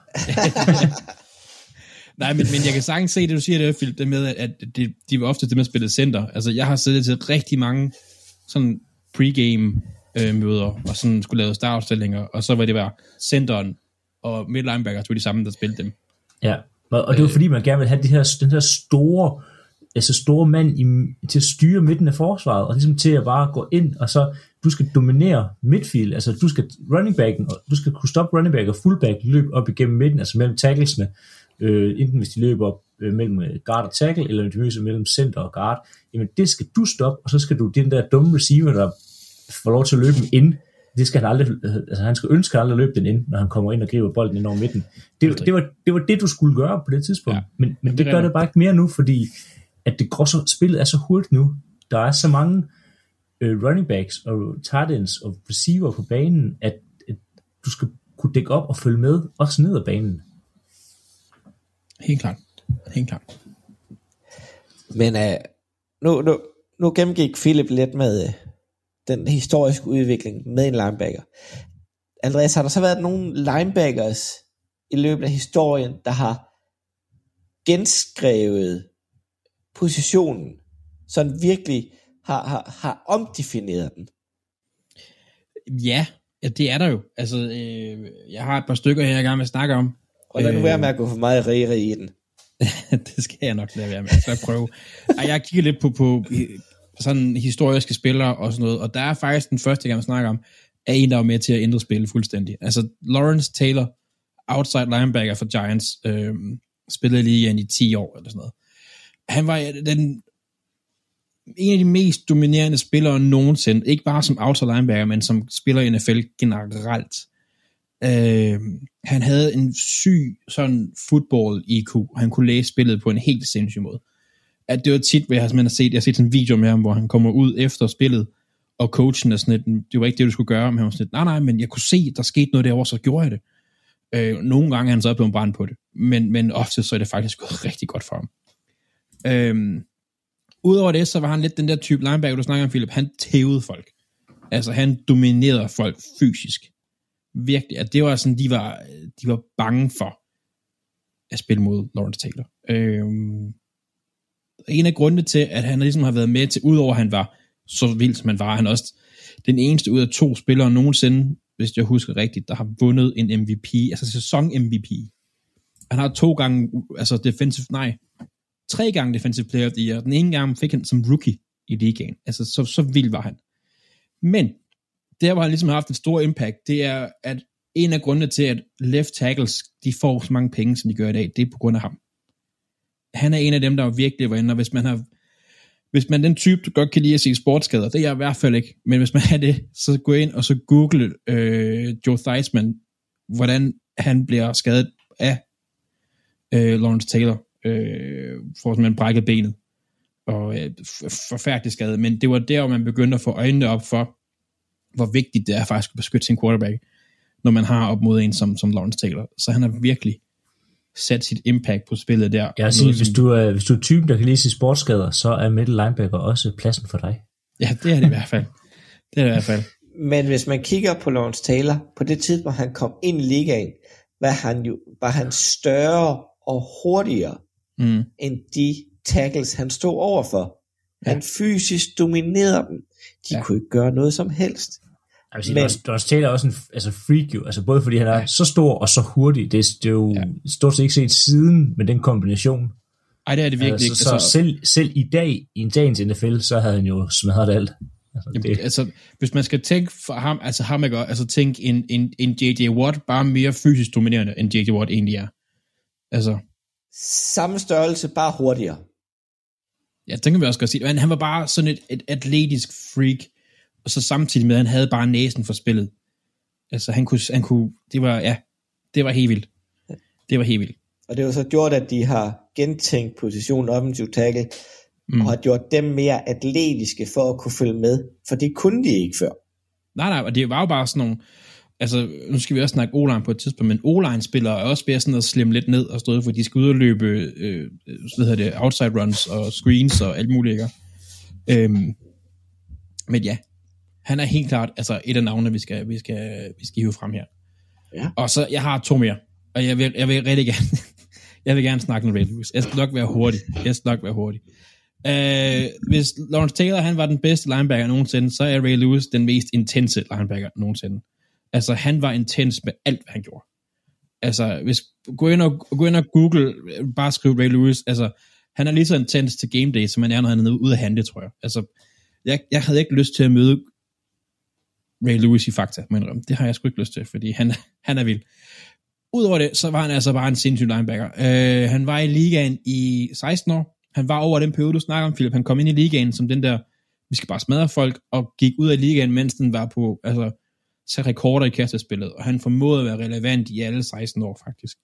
Nej, men jeg kan sagtens se det, du siger, det med, at de var ofte det med at spille center. Altså, jeg har siddet til rigtig mange sådan pregame møder, og sådan skulle lave startopstillinger, og så var det bare centeren og middle linebacker, det var de samme, der spillede dem. Ja, og det var fordi, man gerne ville have den her store mand til at styre midten af forsvaret, og ligesom til at bare gå ind, og så du skal dominere midtfield, altså du skal running backen, og du skal kunne stoppe running back og fullback løb op igennem midten, altså mellem tacklesene, enten hvis de løber op mellem guard og tackle, eller hvis de mellem center og guard, jamen det skal du stoppe, og så skal du den der dumme receiver, der får lov til at løbe den ind, det skal han aldrig, altså han skal ønske aldrig løbe den ind, når han kommer ind og griber bolden ind over midten. Det var det, du skulle gøre på det tidspunkt, ja, men det gør det bare ikke mere nu, fordi at spillet er så hurtigt nu, der er så mange running backs og tight ends og receiver på banen, at du skal kunne dække op og følge med, også ned ad banen. Helt klart. Men nu gennemgik Philip lidt med den historiske udvikling med en linebacker. Andreas, har der så været nogle linebackers i løbet af historien, der har genskrevet positionen, sådan virkelig har omdefineret den? Ja, det er der jo. Altså, jeg har et par stykker her, jeg gerne vil snakke om. Og lad nu være med at gå for meget rige i den. Det skal jeg nok lade være med. Så jeg prøve. Jeg kigger lidt på sådan historiske spillere og sådan noget, og der er faktisk den første, jeg gerne vil snakke om, er en, der var med til at ændre spillet fuldstændig. Altså, Lawrence Taylor, outside linebacker for Giants, spillede lige i 10 år eller sådan noget. Han var en af de mest dominerende spillere nogensinde, ikke bare som outside linebacker, men som spiller i NFL generelt. Han havde en syg sådan football IQ. Han kunne læse spillet på en helt sindssyg måde. At det var tit, hvor jeg har set sådan en video med ham, hvor han kommer ud efter spillet, og coachen er sådan lidt, det var ikke det, du skulle gøre, men han var sådan lidt, nej, men jeg kunne se, der skete noget derovre, så gjorde jeg det. Nogle gange er han så blevet brændt på det, men ofte så er det faktisk gået rigtig godt for ham. Udover det, så var han lidt den der type linebacker, du snakker om, Philip. Han tævede folk. Altså, han dominerede folk fysisk. Virkelig. At det var sådan, de var bange for at spille mod Lawrence Taylor. En af grundene til, at han ligesom har været med til, udover at han var så vild, som han var, han også den eneste ud af 2 spillere nogensinde, hvis jeg husker rigtigt, der har vundet en MVP, altså sæson-MVP. Han har 2 gange, altså 3 gange Defensive Player of the Year. Den ene gang fik han som rookie i ligaen. Altså, så vild var han. Men, der hvor han ligesom har haft en stor impact, det er, at en af grundene til, at left tackles, de får så mange penge, som de gør i dag, det er på grund af ham. Han er en af dem, der virkelig var inde, og hvis man den type, du godt kan lide at se sportsskader, det er jeg i hvert fald ikke, men hvis man er det, så gå ind og så google Joe Theismann, hvordan han bliver skadet af Lawrence Taylor, for at man brækkede benet, og forfærdelig skade, men det var der, hvor man begyndte at få øjnene op for, hvor vigtigt det er faktisk at beskytte sin quarterback, når man har op mod en som Lawrence Taylor. Så han har virkelig sat sit impact på spillet der. Jeg siger, hvis du er typen, der kan lide sine sportsskader, så er middle linebacker også pladsen for dig. Ja, det er det i hvert fald. Men hvis man kigger på Lawrence Taylor, på det tidspunkt, han kom ind i ligaen, var han større og hurtigere end de tackles, han stod overfor. Han fysisk dominerede dem. De kunne ikke gøre noget som helst. Jeg vil sige, Lawrence Taylor er også en freak, jo. Altså både fordi han er så stor og så hurtig. Det er jo stort set ikke set siden med den kombination. Ej, det er det virkelig ikke. Så selv i dag, i dagens NFL, så havde han jo smadret alt. Altså, hvis man skal tænke for ham, tænk en J.J. Watt bare mere fysisk dominerende, end J.J. Watt egentlig er. Altså. Samme størrelse, bare hurtigere. Ja, det kan vi også godt sige. Men han var bare sådan et atletisk freak, og så samtidig med, at han havde bare næsen for spillet. Altså, han kunne, det var helt vildt. Det var helt vildt. Og det var så gjort, at de har gentænkt positionen offensive tackle, og har gjort dem mere atletiske for at kunne følge med, for det kunne de ikke før. Nej, og det var jo bare sådan nogle, altså, nu skal vi også snakke O-line på et tidspunkt, men O-line-spillere er også ved sådan at slemme lidt ned og stå, for de skal ud og løbe, outside runs og screens og alt muligt, ikke? Men ja, han er helt klart altså et af navnene, vi skal hive frem her. Ja. Og så, jeg har 2 mere, og jeg vil rigtig gerne, jeg vil gerne snakke med Ray Lewis. Jeg skal nok være hurtig. Hvis Lawrence Taylor, han var den bedste linebacker nogensinde, så er Ray Lewis den mest intense linebacker nogensinde. Altså, han var intens med alt, hvad han gjorde. Altså, hvis gå ind og Google, bare skriv Ray Lewis, altså, han er lige så intens til game day, som han er, når han er ude at handle, tror jeg. Altså, jeg havde ikke lyst til at møde Ray Lewis i Fakta, men det har jeg sgu ikke lyst til, fordi han er vild. Udover det, så var han altså bare en sindssyg linebacker. Han var i ligaen i 16 år. Han var over den periode, du snakker om, Philip. Han kom ind i ligaen som den der, vi skal bare smadre folk, og gik ud af ligaen, mens den var på, altså, så rekorder i kastespillet, og han formåede at være relevant i alle 16 år, faktisk.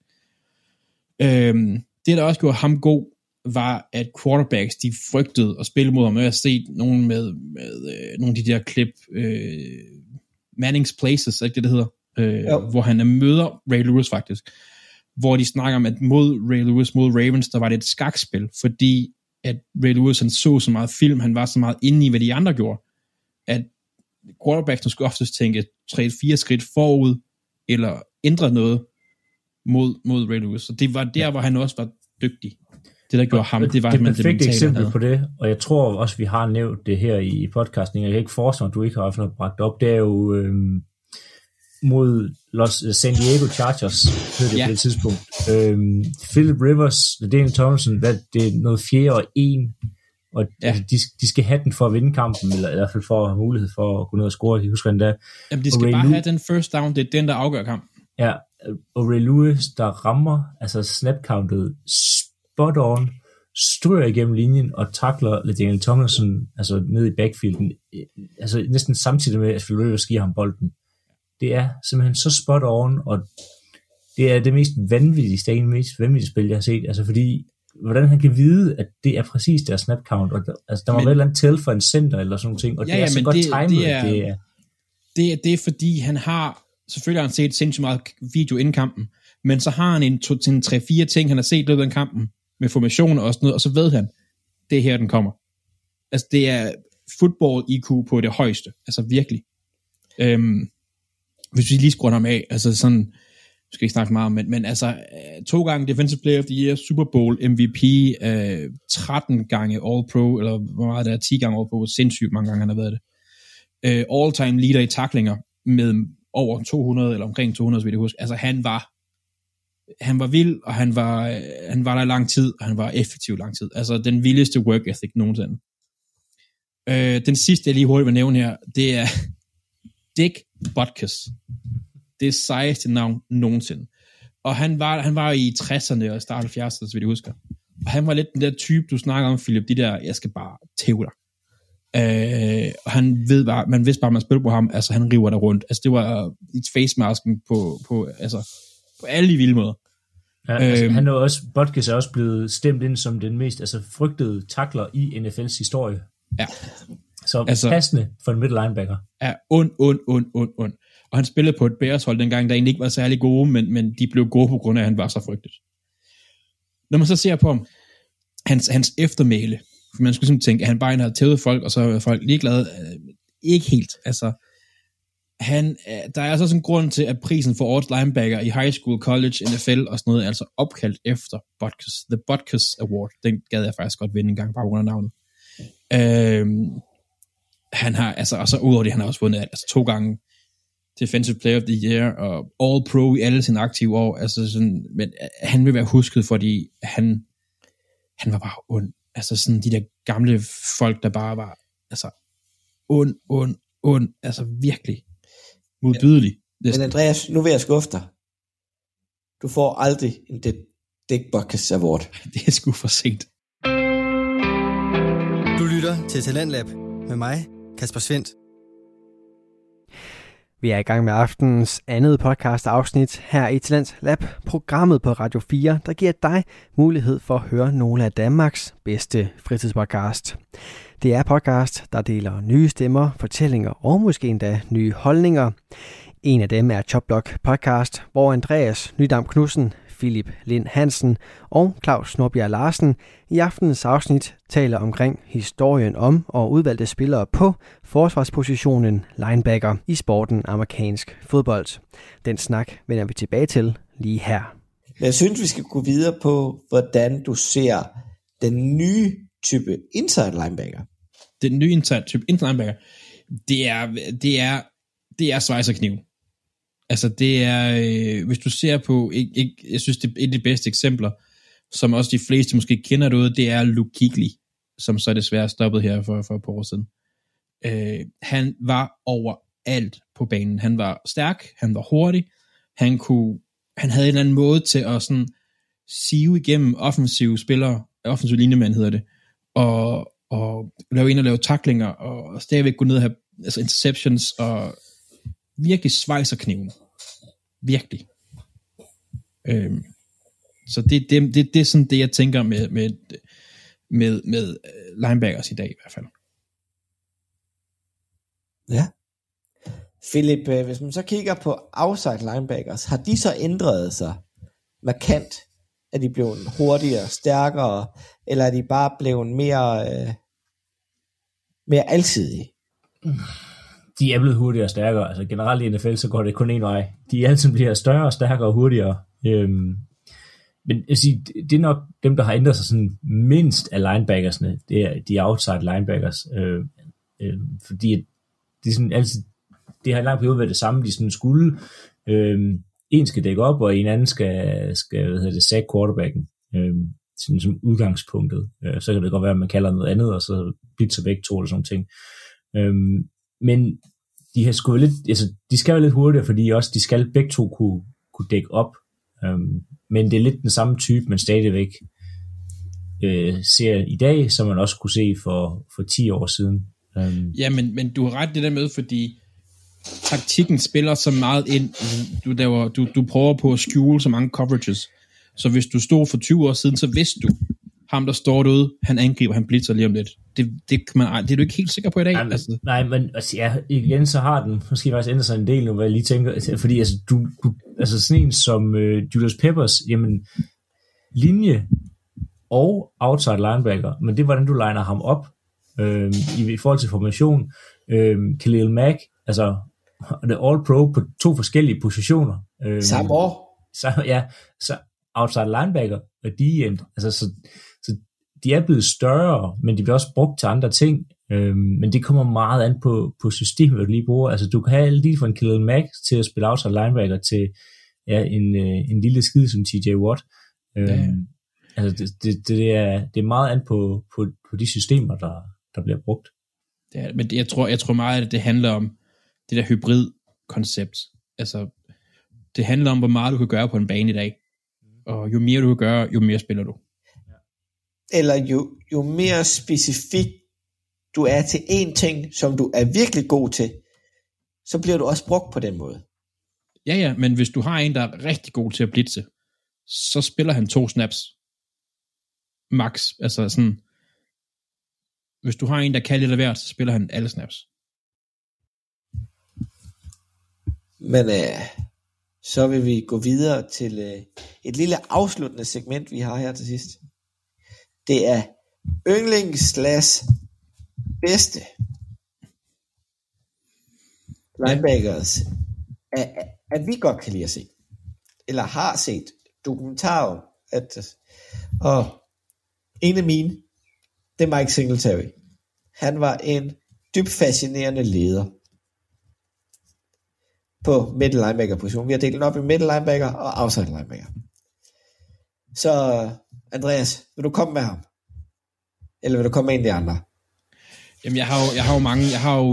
Det, der også gjorde ham god, var, at quarterbacks, de frygtede at spille mod ham. Jeg har set nogen med nogle af de der klip, Manning's Places, er ikke det hedder? Hvor han møder Ray Lewis faktisk, hvor de snakker om, at mod Ray Lewis, mod Ravens, der var det et skakspil, fordi at Ray Lewis, han så meget film, han var så meget inde i, hvad de andre gjorde, at quarterbacks skulle oftest tænke 3-4 skridt forud, eller ændre noget mod Ray Lewis. Så det var der, hvor han også var dygtig. Det, der gjorde ham, det var det perfekte eksempel på det, og jeg tror også, vi har nævnt det her i podcasten, jeg kan ikke forestille mig, at du ikke har bragt op, det er jo mod San Diego Chargers, på det tidspunkt. Philip Rivers, Daniel Tomlinson, det er noget 4 og 1, og de skal have den for at vinde kampen, eller i hvert fald for at have mulighed for at gå ned og score. Jeg husker endda. Jamen, de skal bare have den first down, det er den, der afgør kampen. Ja, og Ray Lewis, der rammer, altså snap-countet spot on, stryger igennem linjen og takler Daniel Tomlinson, altså ned i backfielden, altså næsten samtidig med, at Philip Rivers giver ham bolden. det er simpelthen så spot on, og det er det mest vanvittige spil, jeg har set, altså fordi, hvordan han kan vide, at det er præcis deres snap count, og altså, der må være et eller andet tæl for en center, eller sådan noget ting, og det er så godt timet, det er fordi, han har, selvfølgelig har han set sindssygt meget video inden kampen, men så har han en 3-4 ting, han har set løbet af kampen, med formationer og sådan noget, og så ved han, det er her, den kommer. Altså, det er football IQ på det højeste, altså virkelig. Hvis vi lige skruer ham af, altså sådan, skal ikke snakke meget om, men altså 2 gange Defensive Player of the Year, Super Bowl MVP, 13 gange All-Pro, eller hvor meget det er, 10 gange All-Pro, sindssygt mange gange han har været det. All-time leader i tacklinger, med over 200, eller omkring 200, så vil jeg huske. Altså han var vild, og han var der i lang tid, og han var effektiv lang tid. Altså den vildeste work ethic nogensinde. Den sidste, jeg lige hurtigt vil nævne her, det er Dick Butkus. Det er sejeste navn nogensinde. Og han var i 60'erne og start 70'erne, så vil jeg huske. Og han var lidt den der type, du snakker om, Philip, de der, jeg skal bare tæve dig. Og man vidste bare, at man spillede på ham, altså han river der rundt. Altså det var et face-masken på alle de vilde måder. Ja, altså, han er også, Butkus er også blevet stemt ind som den mest frygtede tackler i NFL's historie. Ja. Så altså, passende for en middle linebacker. Ja, ond. Og han spillede på et Bears-hold dengang, der egentlig ikke var særlig gode, men de blev gode på grund af, at han var så frygtet. Når man så ser på ham, hans eftermæle, for man skulle tænke, at han bare havde tævet folk, og så var folk ligeglade. Ikke helt, altså. Der er altså sådan en grund til, at prisen for årets linebacker i high school, college, NFL og sådan noget, er altså opkaldt efter Butkus. The Butkus Award. Den gad jeg faktisk godt vinde en gang, bare under navnet. Han har, altså, og så udover det, han har også vundet altså 2 gange Defensive Player of the Year, og All Pro i alle sine aktive år, altså sådan, men han vil være husket, fordi han var bare ond. Altså sådan de der gamle folk, der bare var, altså ond, altså virkelig modbydelig. Men Andreas, nu vil jeg skuffe dig. Du får aldrig en Dick Butkus Award. Det er sgu for sent. Du lytter til Talentlab med mig, Kasper Svendt. Vi er i gang med aftenens andet podcast afsnit her i Talentlab, programmet på Radio 4, der giver dig mulighed for at høre nogle af Danmarks bedste fritidspodcast. Det er podcast, der deler nye stemmer, fortællinger og måske endda nye holdninger. En af dem er Chopblock Podcast, hvor Andreas Nydam Knudsen, Philip Lind Hansen og Claus Norbjerg Larsen i aftenens afsnit taler omkring historien om og udvalgte spillere på forsvarspositionen linebacker i sporten amerikansk fodbold. Den snak vender vi tilbage til lige her. Jeg synes, vi skal gå videre på, hvordan du ser den nye type inside linebacker. Den nye type inside linebacker, det er svejserkniv. Altså det er, hvis du ser på, jeg synes det er et af de bedste eksempler, som også de fleste måske kender derude, det er Luke Kuechly, som så desværre stoppet her for et par år siden. Han var overalt på banen. Han var stærk, han var hurtig, han havde en eller anden måde til at sådan sive igennem offensive spillere, offensive linjemand hedder det, og lave tacklinger, og stadigvæk gå ned og have altså interceptions, og virkelig svejserkniven. Virkelig. Så det er sådan det, jeg tænker med linebackers i dag i hvert fald. Ja. Philip, hvis man så kigger på outside linebackers, har de så ændret sig markant? Er de blevet hurtigere, stærkere, eller er de bare blevet mere alsidige? De er blevet hurtigere og stærkere. Altså generelt i NFL, så går det kun en vej. De altid bliver større, stærkere og hurtigere. Men jeg siger, det er nok dem, der har ændret sig sådan mindst af linebackersne. Det er de outside linebackers. Fordi det er sådan altid, det har i lang periode været det samme, de sådan skulle. En skal dække op, og en anden skal sack quarterbacken. Sådan som udgangspunktet. Så kan det godt være, at man kalder noget andet, og så blitzer begge to eller sådan ting. Men de har sgu lidt, altså de skal være lidt hurtigere, fordi også de skal begge to kunne dække op. Men det er lidt den samme type, man stadigvæk ser i dag, som man også kunne se for 10 år siden. Ja, men du har ret det der med, fordi taktikken spiller så meget ind. Du prøver på at skjule så mange coverages. Så hvis du stod for 20 år siden, så vidste du, ham der står derude, han angriber, han blitzer lige om lidt. Det er du ikke helt sikker på i dag? Nej, men altså, ja, igen så har den måske faktisk ændret sig en del nu, hvad jeg lige tænker, fordi altså, du altså sådan en som Julius Peppers, jamen linje og outside linebacker, men det er hvordan du liner ham op i forhold til formation. Khalil Mack, altså the all-pro på 2 forskellige positioner. Samme år. Så outside linebacker og D-end, altså så de er blevet større, men de bliver også brugt til andre ting, men det kommer meget an på systemet, du lige bruger. Altså du kan have lige fra en Khalil Mack til at spille outside linebacker til en lille skide som TJ Watt. Altså det er meget an på de systemer, der bliver brugt. Men jeg tror meget, at det handler om det der hybrid-koncept. Altså, det handler om, hvor meget du kan gøre på en bane i dag. Og jo mere du kan gøre, jo mere spiller du. Eller jo mere specifik du er til en ting, som du er virkelig god til, så bliver du også brugt på den måde. Ja, men hvis du har en, der er rigtig god til at blitze, så spiller han 2 snaps. Max. Altså sådan, hvis du har en, der kan lidt af hvert, så spiller han alle snaps. Men så vil vi gå videre til et lille afsluttende segment, vi har her til sidst. Det er bedste linebackers, at vi godt kan lide at se, eller har set dokumentarer, og en af mine, det er Mike Singletary. Han var en dybt fascinerende leder på middle linebacker position. Vi har delt den op i middle linebacker og outside linebacker. Så Andreas, vil du komme med ham? Eller vil du komme med en af de andre? Jamen jeg har jo mange.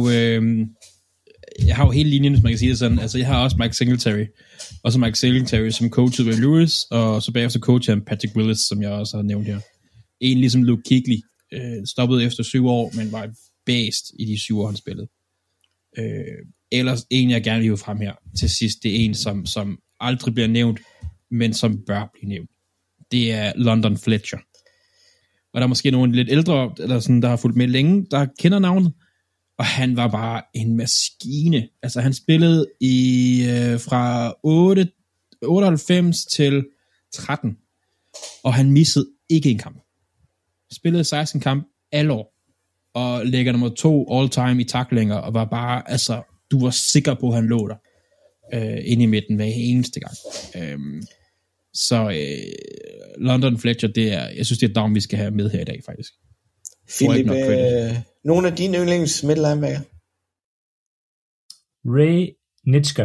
Jeg har jo hele linjen, hvis man kan sige det sådan. Altså jeg har også Mike Singletary. Og så Mike Singletary som coachet Ray Lewis, og så bagefter coachet han Patrick Willis, som jeg også har nævnt her. En ligesom Luke Kuechly, stoppede efter 7 år, men var based i de 7 år, han spillede. Ellers en, jeg gerne vil hive frem her til sidst, det er en, som aldrig bliver nævnt, men som bør blive nævnt. Det er London Fletcher. Og der er måske nogle lidt ældre, eller sådan, der har fulgt med længe, der kender navnet. Og han var bare en maskine. Altså han spillede fra 98 til 13. Og han missede ikke en kamp. Spillede 16 kamp alle år. Og lægger nummer 2 all time i tacklinger. Og var bare, altså, du var sikker på, at han lå der. Inde i midten hver eneste gang. London Fletcher, jeg synes, det er down, vi skal have med her i dag, faktisk. Philip, nogle af dine yndlings middle linebacker? Ray Nitschke.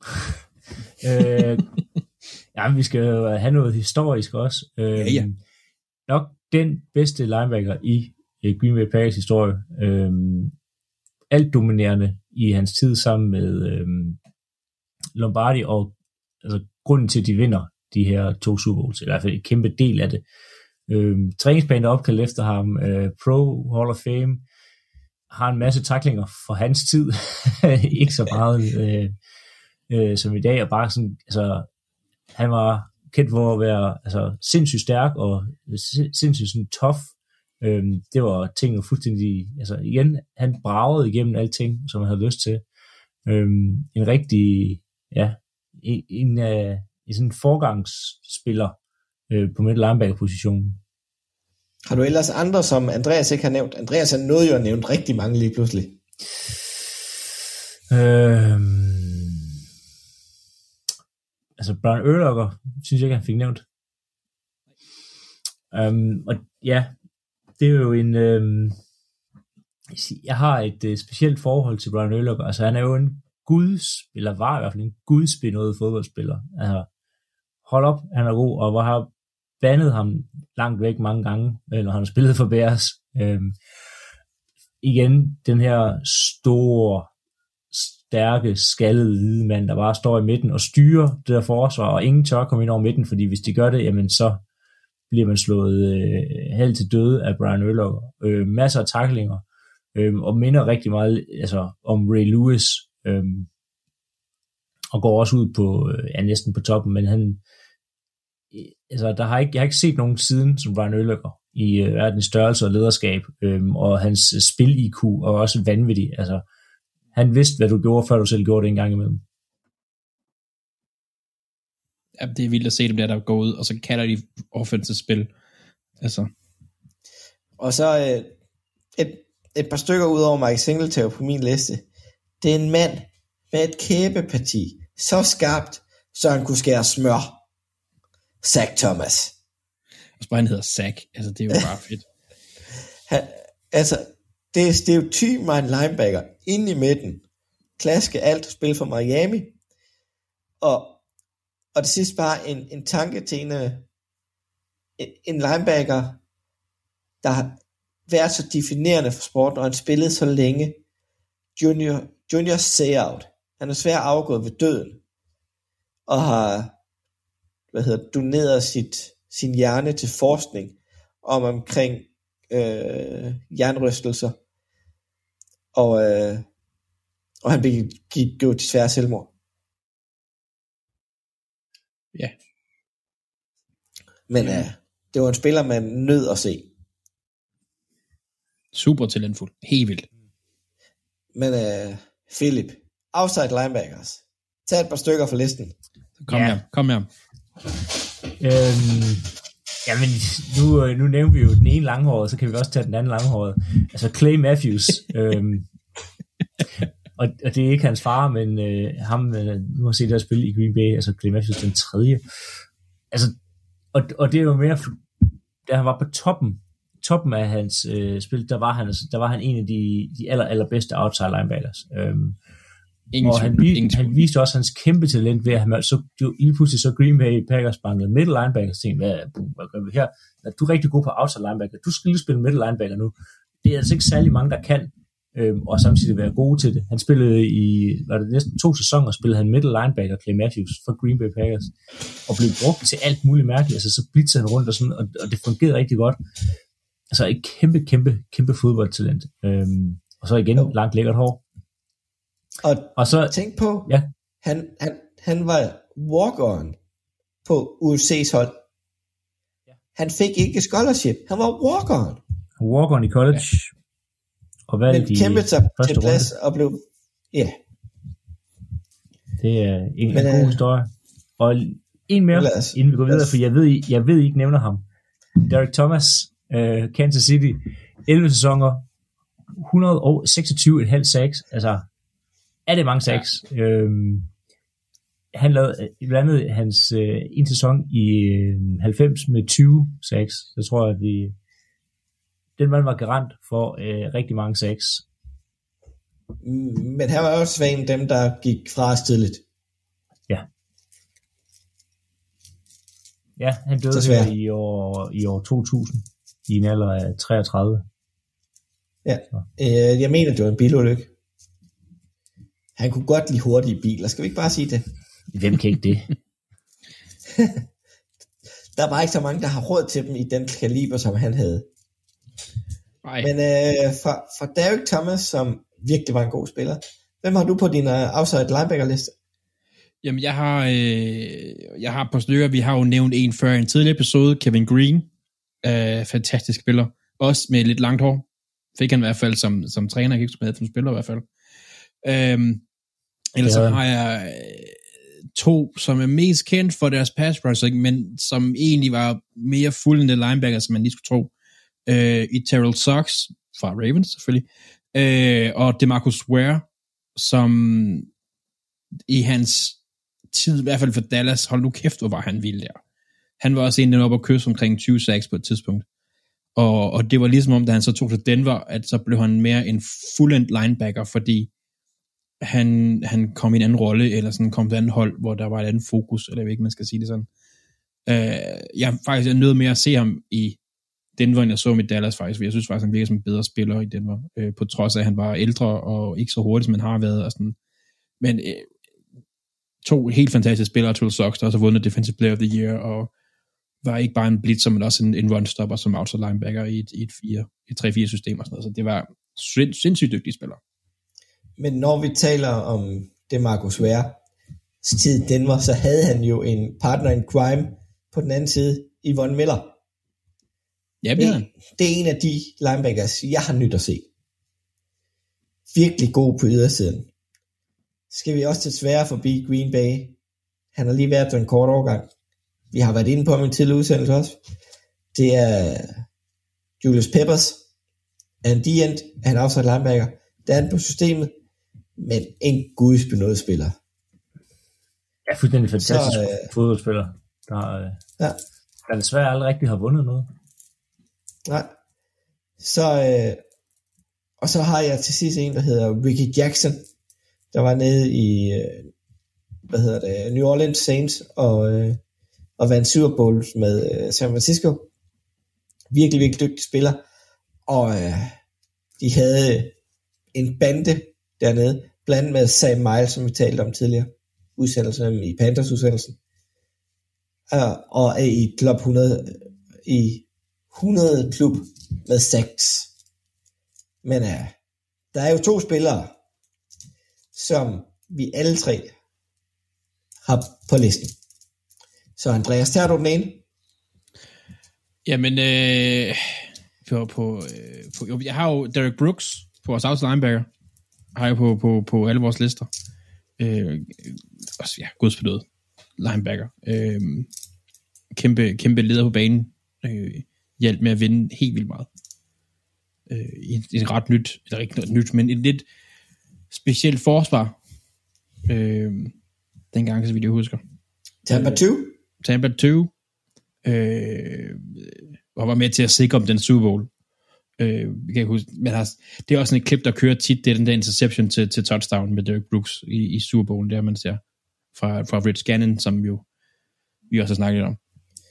Jamen, vi skal jo have noget historisk også. Ja. Nok den bedste linebacker i Green Bay Packers historie. Alt dominerende i hans tid sammen med Lombardi, og altså, grunden til, at de vinder de her 2 Super Bowls, i hvert fald en kæmpe del af det. Træningsbanen er opkaldt efter ham, Pro Hall of Fame, har en masse tacklinger for hans tid, ikke så meget som i dag, og bare sådan, altså, han var kendt for at være altså, sindssygt stærk og sindssygt sådan tough. Det var ting fuldstændig, altså igen, han bragede igennem alting, som han havde lyst til. En rigtig, ja, en sådan en forgangsspiller på middle linebacker positionen. Har du ellers andre, som Andreas ikke har nævnt? Andreas har noget jo nævnt rigtig mange lige pludselig. Altså Brian Urlacher, synes jeg ikke, han fik nævnt. Og ja, det er jo en... jeg har et specielt forhold til Brian Urlacher. Altså han er jo en eller var i hvert fald en gudspindet fodboldspiller. Altså, hold op, han er god, og hvor har bandet ham langt væk mange gange, når han har spillet for Bears. Igen, den her store, stærke, skaldede hvide mand, der bare står i midten og styrer det der forsvar, og ingen tør komme ind over midten, fordi hvis de gør det, jamen så bliver man slået halvt til døde af Brian Urlacher. Masser af tacklinger, og minder rigtig meget altså, om Ray Lewis, og går også ud på, næsten på toppen, men altså, jeg har ikke set nogen siden, som Brian Urlacher, i verdens størrelse og lederskab, og hans spil-IQ er også vanvittig. Altså, han vidste, hvad du gjorde, før du selv gjorde det en gang imellem. Ja, det er vildt at se dem der går ud, og så kalder de offensive spil. Altså. Og så et par stykker ud over Mike Singletary på min liste. Det er en mand med et kæbeparti, så skarpt, så han kunne skære smør. Zach Thomas. Og så bare han hedder Zach, altså det er jo bare fedt. Det er stereotyp med en linebacker inde i midten. Klaske alt, spil for Miami. Og det sidste bare en tanke til en linebacker, der har været så definerende for sporten, og han spillede så længe. Junior Seau. Han er svært afgået ved døden, og har doneret sin hjerne til forskning omkring hjernerystelser, og han gik jo desværre selvmord. Ja. Men det var en spiller, man nød at se. Super talentfuld. Helt vildt. Men Philip, outside linebackers. Tag et par stykker fra listen. Kom her. Jamen, nu nævner vi jo den ene langhårede, så kan vi også tage den anden langhårede. Altså Clay Matthews. Og det er ikke hans far, men ham, nu har set der spille i Green Bay, altså Clay Matthews den tredje. Altså, og det er jo mere, da han var på toppen af hans spil, der var han en af de allerbedste outside linebackers. Og han viste også hans kæmpe talent ved, at han så lige pludselig så Green Bay Packers bankede middle linebackers, tænkte, hvad gør vi her? Du er rigtig god på outside linebacker, du skal lige spille middle linebacker nu. Det er altså ikke særlig mange, der kan, og samtidig være gode til det. Han spillede næsten 2 sæsoner, spillede han middle linebacker, Clay Matthews, for Green Bay Packers, og blev brugt til alt muligt mærkeligt, altså så blitzede han rundt og sådan, og det fungerede rigtig godt. Altså et kæmpe fodboldtalent. Og så igen, langt lækkert hår. Og så tænk på, ja. han var walk-on på UFC's hold. Han fik ikke scholarship. Han var walk-on. Walk-on i college. Ja. Og hvad men kæmpede sig til plads og blev... Ja. Det er en god historie. Og en mere, inden vi går videre, for jeg ved I ikke nævner ham. Derek Thomas, Kansas City, 11 sæsoner, 126,5 sacks. Altså, er det mange sacks? Ja. Han lavede blandt andet hans en sæson i 90 med 20 sacks. Så tror jeg, at den mand var garant for rigtig mange sacks. Men han var også en af dem, der gik fra os tidligt. Ja. Ja, han døde her i år 2000 i en alder af 33. Ja, jeg mener, det var en bilulykke. Han kunne godt lide hurtige biler, skal vi ikke bare sige det? Hvem kan ikke det? Der var ikke så mange, der har råd til dem i den kaliber, som han havde. Nej. Men fra Derek Thomas, som virkelig var en god spiller, hvem har du på din outside linebacker-liste? Jamen, jeg har et par stykker. Vi har jo nævnt en før i en tidligere episode, Kevin Green. Fantastisk spiller. Også med lidt langt hår. Fik han i hvert fald som træner, ikke som spiller i hvert fald. Ellers så har jeg to, som er mest kendt for deres pass rush, men som egentlig var mere fuldende linebacker, som man lige skulle tro. I Terrell Suggs fra Ravens selvfølgelig, og DeMarcus Ware, som i hans tid, i hvert fald for Dallas, hold nu kæft, hvor var han vild der. Han var også en, der var oppe og kysse omkring 20 sacks på et tidspunkt. Og det var ligesom om, da han så tog til Denver, at så blev han mere en fuldendt linebacker, fordi han kom i en anden rolle, eller sådan kom til et andet hold, hvor der var et andet fokus, eller jeg ved ikke, man skal sige det sådan. Jeg er nødt med at se ham i Denver, end jeg så ham i Dallas faktisk, for jeg synes faktisk, han virker som en bedre spiller i Denver, på trods af, at han var ældre, og ikke så hurtigt, som han har været, og sådan. Men to helt fantastiske spillere, Terrell Suggs, der også har vundet Defensive Player of the Year, og var ikke bare en blitzer, men også en run-stopper som outside linebacker i et 3-4 system og sådan noget, så det var sindssygt dygtige spillere. Men når vi taler om det Marcus Ware's tid i Denver, så havde han jo en partner in crime på den anden side, Von Miller. Ja, det er en af de linebackers, jeg har nyt at se. Virkelig god på ydersiden. Skal vi også desværre forbi Green Bay. Han har lige været på en kort overgang. Vi har været inde på ham i en tidlig udsendelse også. Det er Julius Peppers. En D-end. Han er også et linebacker. Der er han på systemet. Men en gudsbenået spiller. Ja, fuldstændig fantastisk fodboldspiller. Der desværre aldrig rigtig har vundet noget. Nej. Og så har jeg til sidst en, der hedder Ricky Jackson, der var nede i New Orleans Saints og vandt Super Bowl med San Francisco. Virkelig, virkelig dygtig spiller. Og de havde en bande dernede, blandt med Sam Miles, som vi talte om tidligere, udsendelsen i Panthers udsendelsen. Og er i klub 100 i 100 klub med 6. Men der er jo 2 spillere, som vi alle 3 har på listen. Så Andreas, tager du den ene? Jamen, jeg har jo Derek Brooks på vores outside linebacker. Har jeg på alle vores lister. Også, ja, gudsbedød linebacker. Kæmpe leder på banen. Hjælp med at vinde helt vildt meget. Et ret nyt, eller ikke noget nyt, men et lidt specielt forsvar. Dengang, så vidt jeg husker. Tampa 2. Og var med til at sikre om den Super Bowl. Vi kan ikke huske, men det er også sådan et klip, der kører tit, det er den der interception til touchdown med Derek Brooks i Super Bowl, der man ser fra Rich Gannon, som jo vi også har snakket om.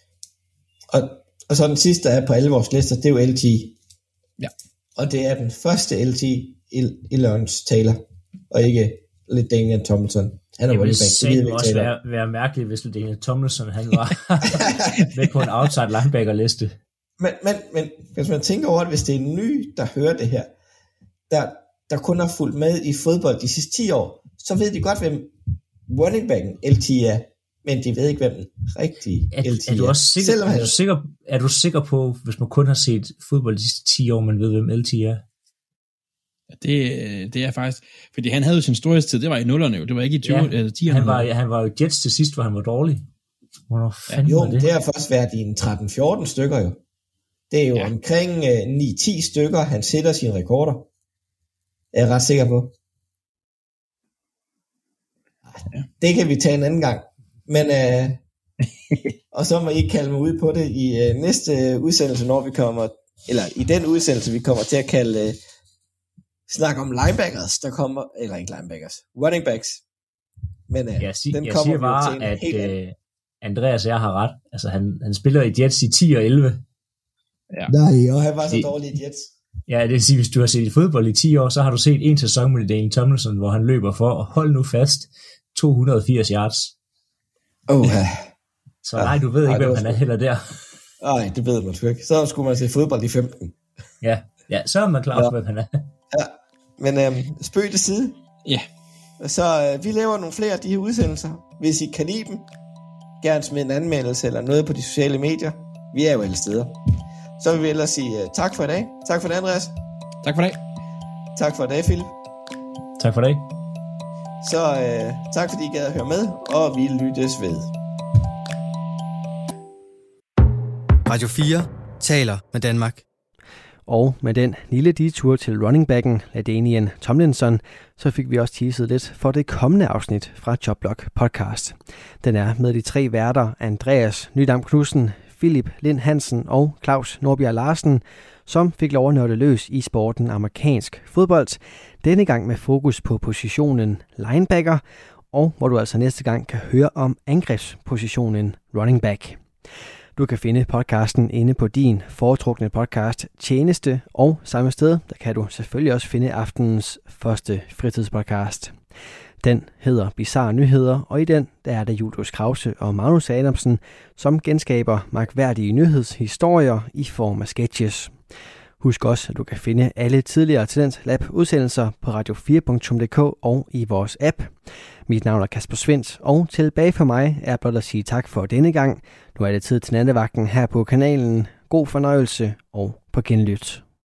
Og så den sidste, der er på alle vores lister, det er jo LT. Ja. Og det er den første LT i Lawrence Taylor, og ikke LaDainian Tomlinson. Han er det ville også være mærkeligt, hvis LaDainian Tomlinson han var med på en outside linebacker liste. Men hvis man tænker over det, hvis det er en ny, der hører det her, der kun har fulgt med i fodbold de sidste 10 år, så ved de godt, hvem running backen LT er, men de ved ikke, hvem den rigtige LT er. Er du sikker på, hvis man kun har set fodbold de sidste 10 år, man ved, hvem LT er? Det er faktisk, fordi han havde jo sin storhedstid, det var i 0'erne jo, det var ikke i 10'erne. Han var jo Jets til sidst, hvor han var dårlig. Det har først været i en 13-14 stykker jo. Det er jo omkring 9-10 stykker, han sætter sine rekorder. Jeg er ret sikker på. Det kan vi tage en anden gang. Men og så må I kalde mig ud på det i næste udsendelse, når vi kommer, eller i den udsendelse, vi kommer til at kalde snak om linebackers, der kommer, eller ikke linebackers, running backs. Men jeg siger bare, at Andreas og jeg har ret. Altså han spiller i Jets i 10 og 11. Ja. Nej, og han var så dårlig i Jets. Ja, det vil sige, hvis du har set i fodbold i 10 år, så har du set en sæson med LaDainian Tomlinson, hvor han løber for, at hold nu fast, 280 yards. Så nej, du ved ikke, hvem han er heller der. Nej, det ved man sgu ikke. Så skulle man se fodbold i 15. Ja, så er man klar på, hvem han er. Ja, men spøg til side. Ja. Så vi laver nogle flere af de her udsendelser. Hvis I kan lide dem, gerne smid en anmeldelse eller noget på de sociale medier. Vi er jo alle steder. Så vil vi ellers sige tak for i dag. Tak for det, Andreas. Tak for det. Tak for det, Philip. Tak for det. Så tak fordi I gad at høre med, og vi lyttes ved. Radio 4 taler med Danmark. Og med den lille detur til runningbacken LaDainian Tomlinson, så fik vi også teaset lidt for det kommende afsnit fra Jobblock podcast. Den er med de 3 værter, Andreas Nydam Knudsen, Philip Lind Hansen og Claus Nordbjerg Larsen, som fik lov at nørde løs i sporten amerikansk fodbold. Denne gang med fokus på positionen linebacker, og hvor du altså næste gang kan høre om angrebspositionen running back. Du kan finde podcasten inde på din foretrukne podcast tjeneste, og samme sted, der kan du selvfølgelig også finde aftenens første fritidspodcast. Den hedder Bizarre Nyheder, og i den der er der Julius Krause og Magnus Adamsen, som genskaber mærkværdige nyhedshistorier i form af sketches. Husk også, at du kan finde alle tidligere Talent Lab udsendelser på radio4.dk og i vores app. Mit navn er Kasper Svendt, og tilbage for mig er blot at sige tak for denne gang. Nu er det tid til nattevagten her på kanalen. God fornøjelse og på genlyt.